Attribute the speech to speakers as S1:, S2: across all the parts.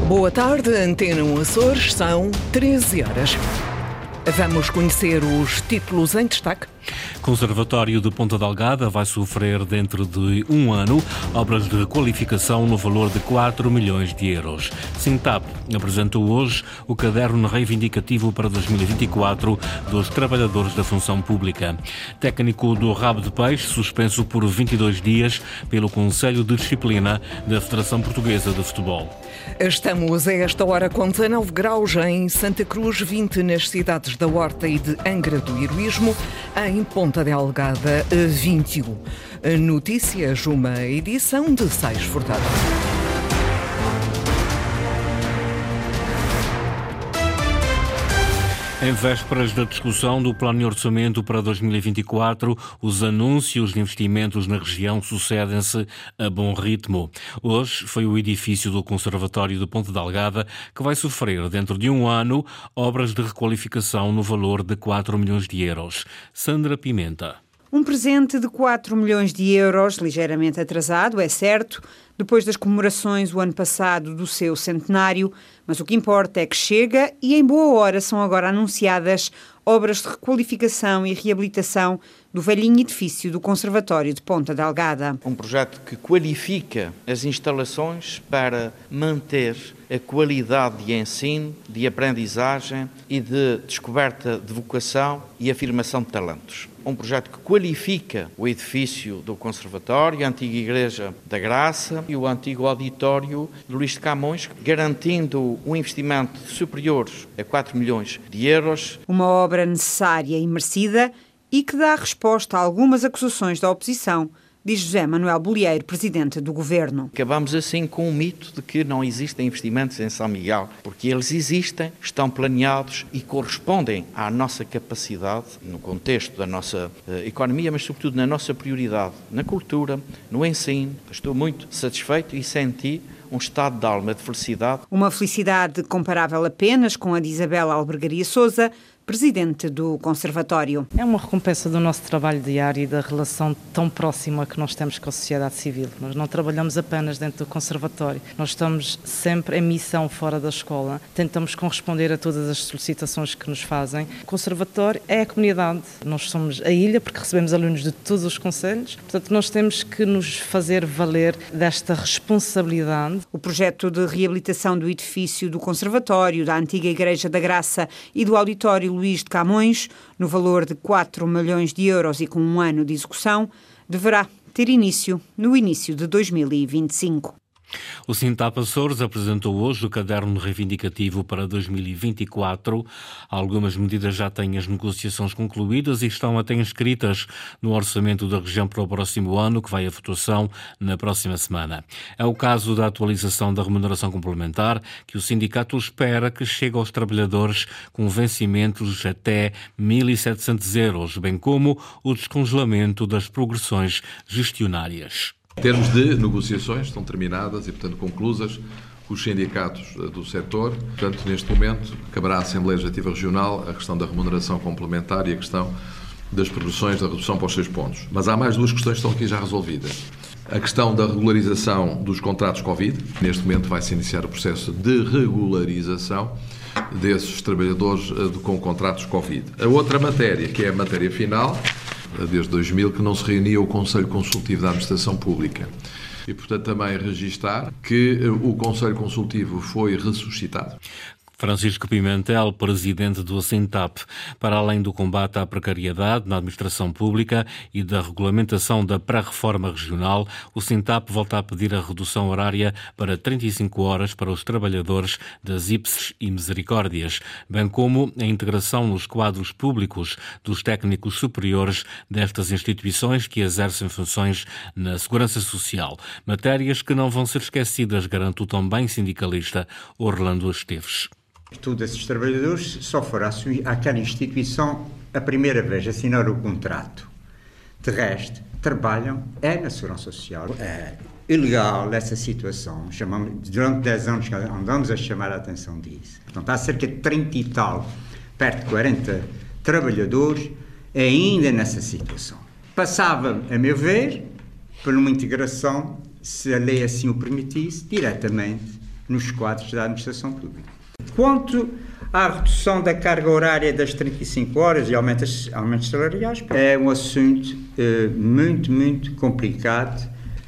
S1: Boa tarde, Antena 1 Açores, são 13 horas. Vamos conhecer os títulos em destaque.
S2: Conservatório de Ponta Delgada vai sofrer dentro de um ano obras de requalificação no valor de 4 milhões de euros. Sintap apresentou hoje o caderno reivindicativo para 2024 dos trabalhadores da função pública. Técnico do Rabo de Peixe suspenso por 22 dias pelo Conselho de Disciplina da Federação Portuguesa de Futebol.
S1: Estamos a esta hora com 19 graus em Santa Cruz, 20 nas cidades da Horta e de Angra do Heroísmo, em Ponta Delgada 21. Notícias, uma edição de Sais Furtado.
S2: Em vésperas da discussão do Plano de Orçamento para 2024, os anúncios de investimentos na região sucedem-se a bom ritmo. Hoje foi o edifício do Conservatório de Ponta Delgada que vai sofrer, dentro de um ano, obras de requalificação no valor de 4 milhões de euros. Sandra Pimenta.
S3: Um presente de 4 milhões de euros, ligeiramente atrasado, é certo, depois das comemorações o ano passado do seu centenário, mas o que importa é que chega e em boa hora são agora anunciadas obras de requalificação e reabilitação do velhinho edifício do Conservatório de Ponta Delgada.
S4: Um projeto que qualifica as instalações para manter a qualidade de ensino, de aprendizagem e de descoberta de vocação e afirmação de talentos. Um projeto que qualifica o edifício do Conservatório, a antiga Igreja da Graça e o antigo auditório de Luís de Camões, garantindo um investimento superior a 4 milhões de euros.
S3: Uma obra necessária e merecida e que dá resposta a algumas acusações da oposição, diz José Manuel Bolieiro, presidente do Governo.
S4: Acabamos assim com o mito de que não existem investimentos em São Miguel, porque eles existem, estão planeados e correspondem à nossa capacidade, no contexto da nossa economia, mas sobretudo na nossa prioridade, na cultura, no ensino. Estou muito satisfeito e senti um estado de alma de felicidade.
S3: Uma felicidade comparável apenas com a de Isabela Albergaria Sousa, presidente do Conservatório.
S5: É uma recompensa do nosso trabalho diário e da relação tão próxima que nós temos com a sociedade civil. Nós não trabalhamos apenas dentro do Conservatório, nós estamos sempre em missão fora da escola, tentamos corresponder a todas as solicitações que nos fazem. O Conservatório é a comunidade, nós somos a ilha porque recebemos alunos de todos os concelhos, portanto nós temos que nos fazer valer desta responsabilidade.
S3: O projeto de reabilitação do edifício do Conservatório, da antiga Igreja da Graça e do auditório Luís de Camões, no valor de 4 milhões de euros e com um ano de execução, deverá ter início no início de 2025.
S2: O Sintap Açores apresentou hoje o caderno reivindicativo para 2024. Algumas medidas já têm as negociações concluídas e estão até inscritas no orçamento da região para o próximo ano, que vai à votação na próxima semana. É o caso da atualização da remuneração complementar, que o sindicato espera que chegue aos trabalhadores com vencimentos até 1.700 euros, bem como o descongelamento das progressões gestionárias.
S6: Em termos de negociações, estão terminadas e, portanto, conclusas com os sindicatos do setor. Portanto, neste momento, caberá à Assembleia Legislativa Regional a questão da remuneração complementar e a questão das progressões da redução para os 6 pontos. Mas há mais duas questões que estão aqui já resolvidas. A questão da regularização dos contratos Covid. Neste momento vai-se iniciar o processo de regularização desses trabalhadores com contratos Covid. A outra matéria, que é a matéria final, desde 2000, que não se reunia o Conselho Consultivo da Administração Pública. E, portanto, também registar que o Conselho Consultivo foi ressuscitado.
S2: Francisco Pimentel, presidente do Sintap. Para além do combate à precariedade na administração pública e da regulamentação da pré-reforma regional, o Sintap volta a pedir a redução horária para 35 horas para os trabalhadores das IPSES e Misericórdias, bem como a integração nos quadros públicos dos técnicos superiores destas instituições que exercem funções na Segurança Social. Matérias que não vão ser esquecidas, garante o também sindicalista Orlando Esteves.
S7: Todos esses trabalhadores só foram àquela instituição a primeira vez assinar o contrato. De resto, trabalham na Segurança Social. É ilegal essa situação. Durante 10 anos andamos a chamar a atenção disso. Portanto, há cerca de 30 e tal, perto de 40 trabalhadores ainda nessa situação. Passava, a meu ver, por uma integração, se a lei assim o permitisse, diretamente nos quadros da administração pública. Quanto à redução da carga horária das 35 horas e aumentos salariais, é um assunto muito complicado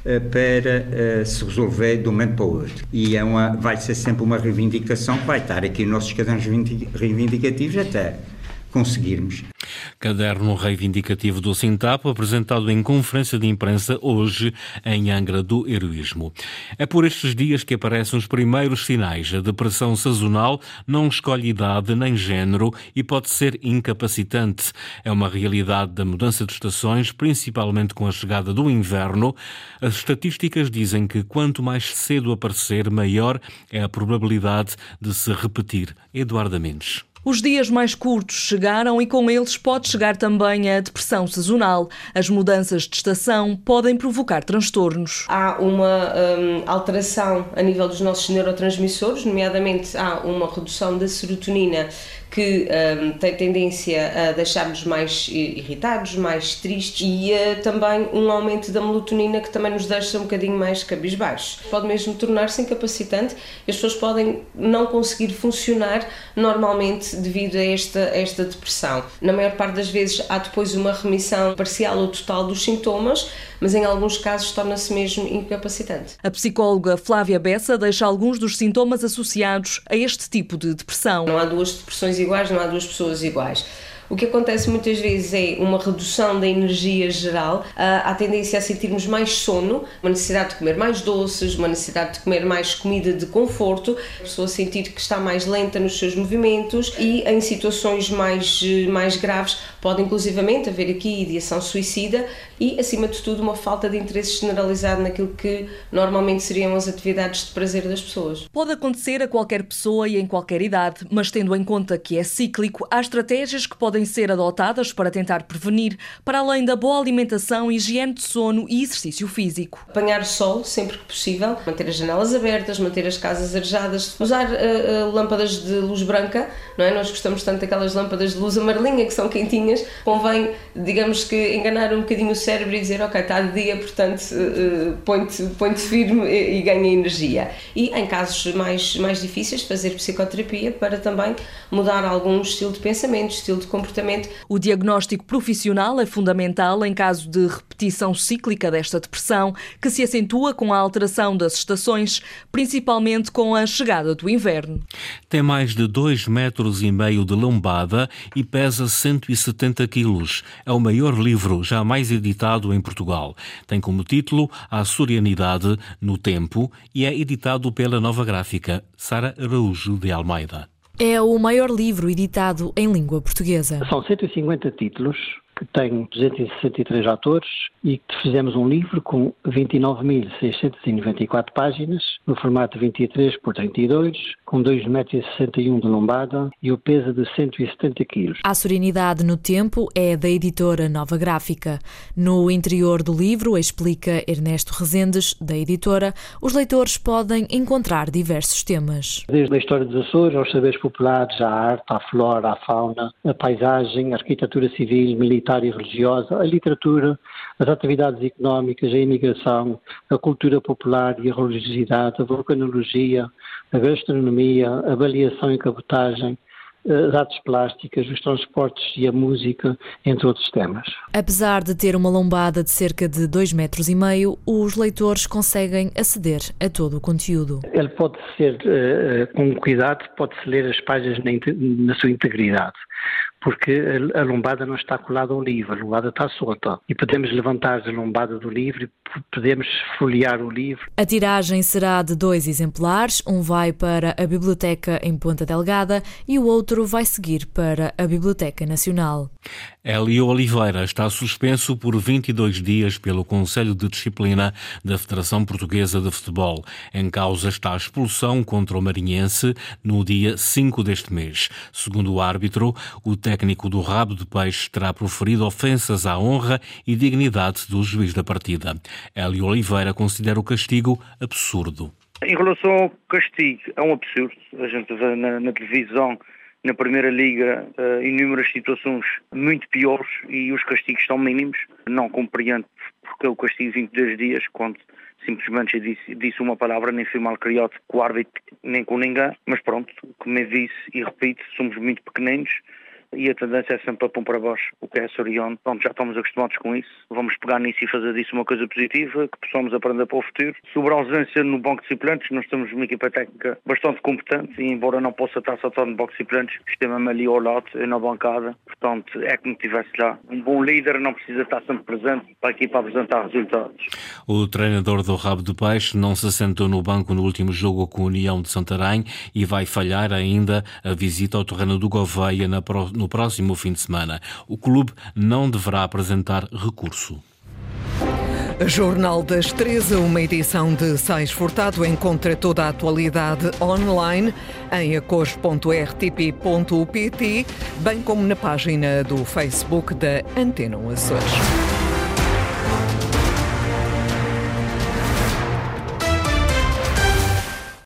S7: para se resolver de um momento para o outro. E vai ser sempre uma reivindicação que vai estar aqui nos nossos cadernos reivindicativos até conseguirmos.
S2: Caderno reivindicativo do Sintap, apresentado em conferência de imprensa hoje em Angra do Heroísmo. É por estes dias que aparecem os primeiros sinais. A depressão sazonal não escolhe idade nem género e pode ser incapacitante. É uma realidade da mudança de estações, principalmente com a chegada do inverno. As estatísticas dizem que quanto mais cedo aparecer, maior é a probabilidade de se repetir. Eduardo Mendes.
S8: Os dias mais curtos chegaram e com eles pode chegar também a depressão sazonal. As mudanças de estação podem provocar transtornos.
S9: Há uma alteração a nível dos nossos neurotransmissores, nomeadamente há uma redução da serotonina que tem tendência a deixar-nos mais irritados, mais tristes e também um aumento da melatonina que também nos deixa um bocadinho mais cabisbaixos. Pode mesmo tornar-se incapacitante e as pessoas podem não conseguir funcionar normalmente devido a esta depressão. Na maior parte das vezes há depois uma remissão parcial ou total dos sintomas, mas em alguns casos torna-se mesmo incapacitante.
S8: A psicóloga Flávia Bessa deixa alguns dos sintomas associados a este tipo de depressão.
S9: Não há duas depressões iguais, não há duas pessoas iguais. O que acontece muitas vezes é uma redução da energia geral, há tendência a sentirmos mais sono, uma necessidade de comer mais doces, uma necessidade de comer mais comida de conforto, a pessoa sentir que está mais lenta nos seus movimentos e em situações mais graves pode inclusivamente haver aqui ideação suicida e, acima de tudo, uma falta de interesse generalizado naquilo que normalmente seriam as atividades de prazer das pessoas.
S8: Pode acontecer a qualquer pessoa e em qualquer idade, mas tendo em conta que é cíclico, há estratégias que podem ser adotadas para tentar prevenir, para além da boa alimentação, higiene de sono e exercício físico.
S9: Apanhar sol sempre que possível, manter as janelas abertas, manter as casas arejadas, usar lâmpadas de luz branca, não é? Nós gostamos tanto daquelas lâmpadas de luz amarelinha que são quentinhas, convém, digamos que, enganar um bocadinho o cérebro e dizer, ok, está de dia, portanto, põe-te firme e ganha energia. E em casos mais difíceis, fazer psicoterapia para também mudar algum estilo de pensamento, estilo de comportamento.
S8: O diagnóstico profissional é fundamental em caso de repetição cíclica desta depressão, que se acentua com a alteração das estações, principalmente com a chegada do inverno.
S2: Tem mais de 2,5 metros de lombada e pesa 170 quilos. É o maior livro jamais editado em Portugal. Tem como título A Açorianidade no Tempo e é editado pela Nova Gráfica, Sara Araújo de Almeida.
S10: É o maior livro editado em língua portuguesa.
S11: São 150 títulos, que tem 263 autores e que fizemos um livro com 29.694 páginas, no formato 23 por 32, com 2,61 metros de lombada e o peso de 170 quilos.
S10: A Açorianidade no Tempo é da editora Nova Gráfica. No interior do livro, explica Ernesto Rezendes, da editora, os leitores podem encontrar diversos temas.
S11: Desde a história dos Açores, aos saberes populares, à arte, à flora, à fauna, a paisagem, a arquitetura civil, militar e religiosa, a literatura, as atividades económicas, a imigração, a cultura popular e a religiosidade, a vulcanologia, a gastronomia, a avaliação e cabotagem, as artes plásticas, os transportes e a música, entre outros temas.
S10: Apesar de ter uma lombada de cerca de 2,5 metros, os leitores conseguem aceder a todo o conteúdo.
S11: Ele pode ser, com cuidado, pode-se ler as páginas na sua integridade, porque a lombada não está colada ao livro, a lombada está solta. E podemos levantar a lombada do livro e podemos folhear o livro.
S10: A tiragem será de 2 exemplares, um vai para a Biblioteca em Ponta Delgada e o outro vai seguir para a Biblioteca Nacional.
S2: Hélio Oliveira está suspenso por 22 dias pelo Conselho de Disciplina da Federação Portuguesa de Futebol. Em causa está a expulsão contra o Marinhense no dia 5 deste mês. Segundo o árbitro, o técnico do Rabo de Peixe terá proferido ofensas à honra e dignidade do juiz da partida. Hélio Oliveira considera o castigo absurdo.
S12: Em relação ao castigo, é um absurdo. A gente vê na televisão, na Primeira Liga, inúmeras situações muito piores e os castigos são mínimos. Não compreendo porque o castigo de 22 dias, quando simplesmente disse uma palavra, nem fui mal criado com o árbitro, nem com ninguém, mas pronto, como eu disse e repito, somos muito pequeninos e a tendência é sempre para baixo, o que é Soriano. Pronto, já estamos acostumados com isso, vamos pegar nisso e fazer disso uma coisa positiva, que possamos aprender para o futuro. Sobre a ausência no banco de suplentes, nós temos uma equipa técnica bastante competente e embora não possa estar só no banco de suplentes, estou-me ali ao lado, na bancada, portanto é como se estivesse lá. Um bom líder não precisa estar sempre presente para a equipa apresentar resultados.
S2: O treinador do Rabo do Peixe não se sentou no banco no último jogo com a União de Santarém e vai falhar ainda a visita ao terreno do Gouveia no próximo fim de semana. O clube não deverá apresentar recurso.
S1: Jornal das 13, uma edição de Sais Furtado. Encontra toda a atualidade online em acores.rtp.pt, bem como na página do Facebook da Antena 1 Açores.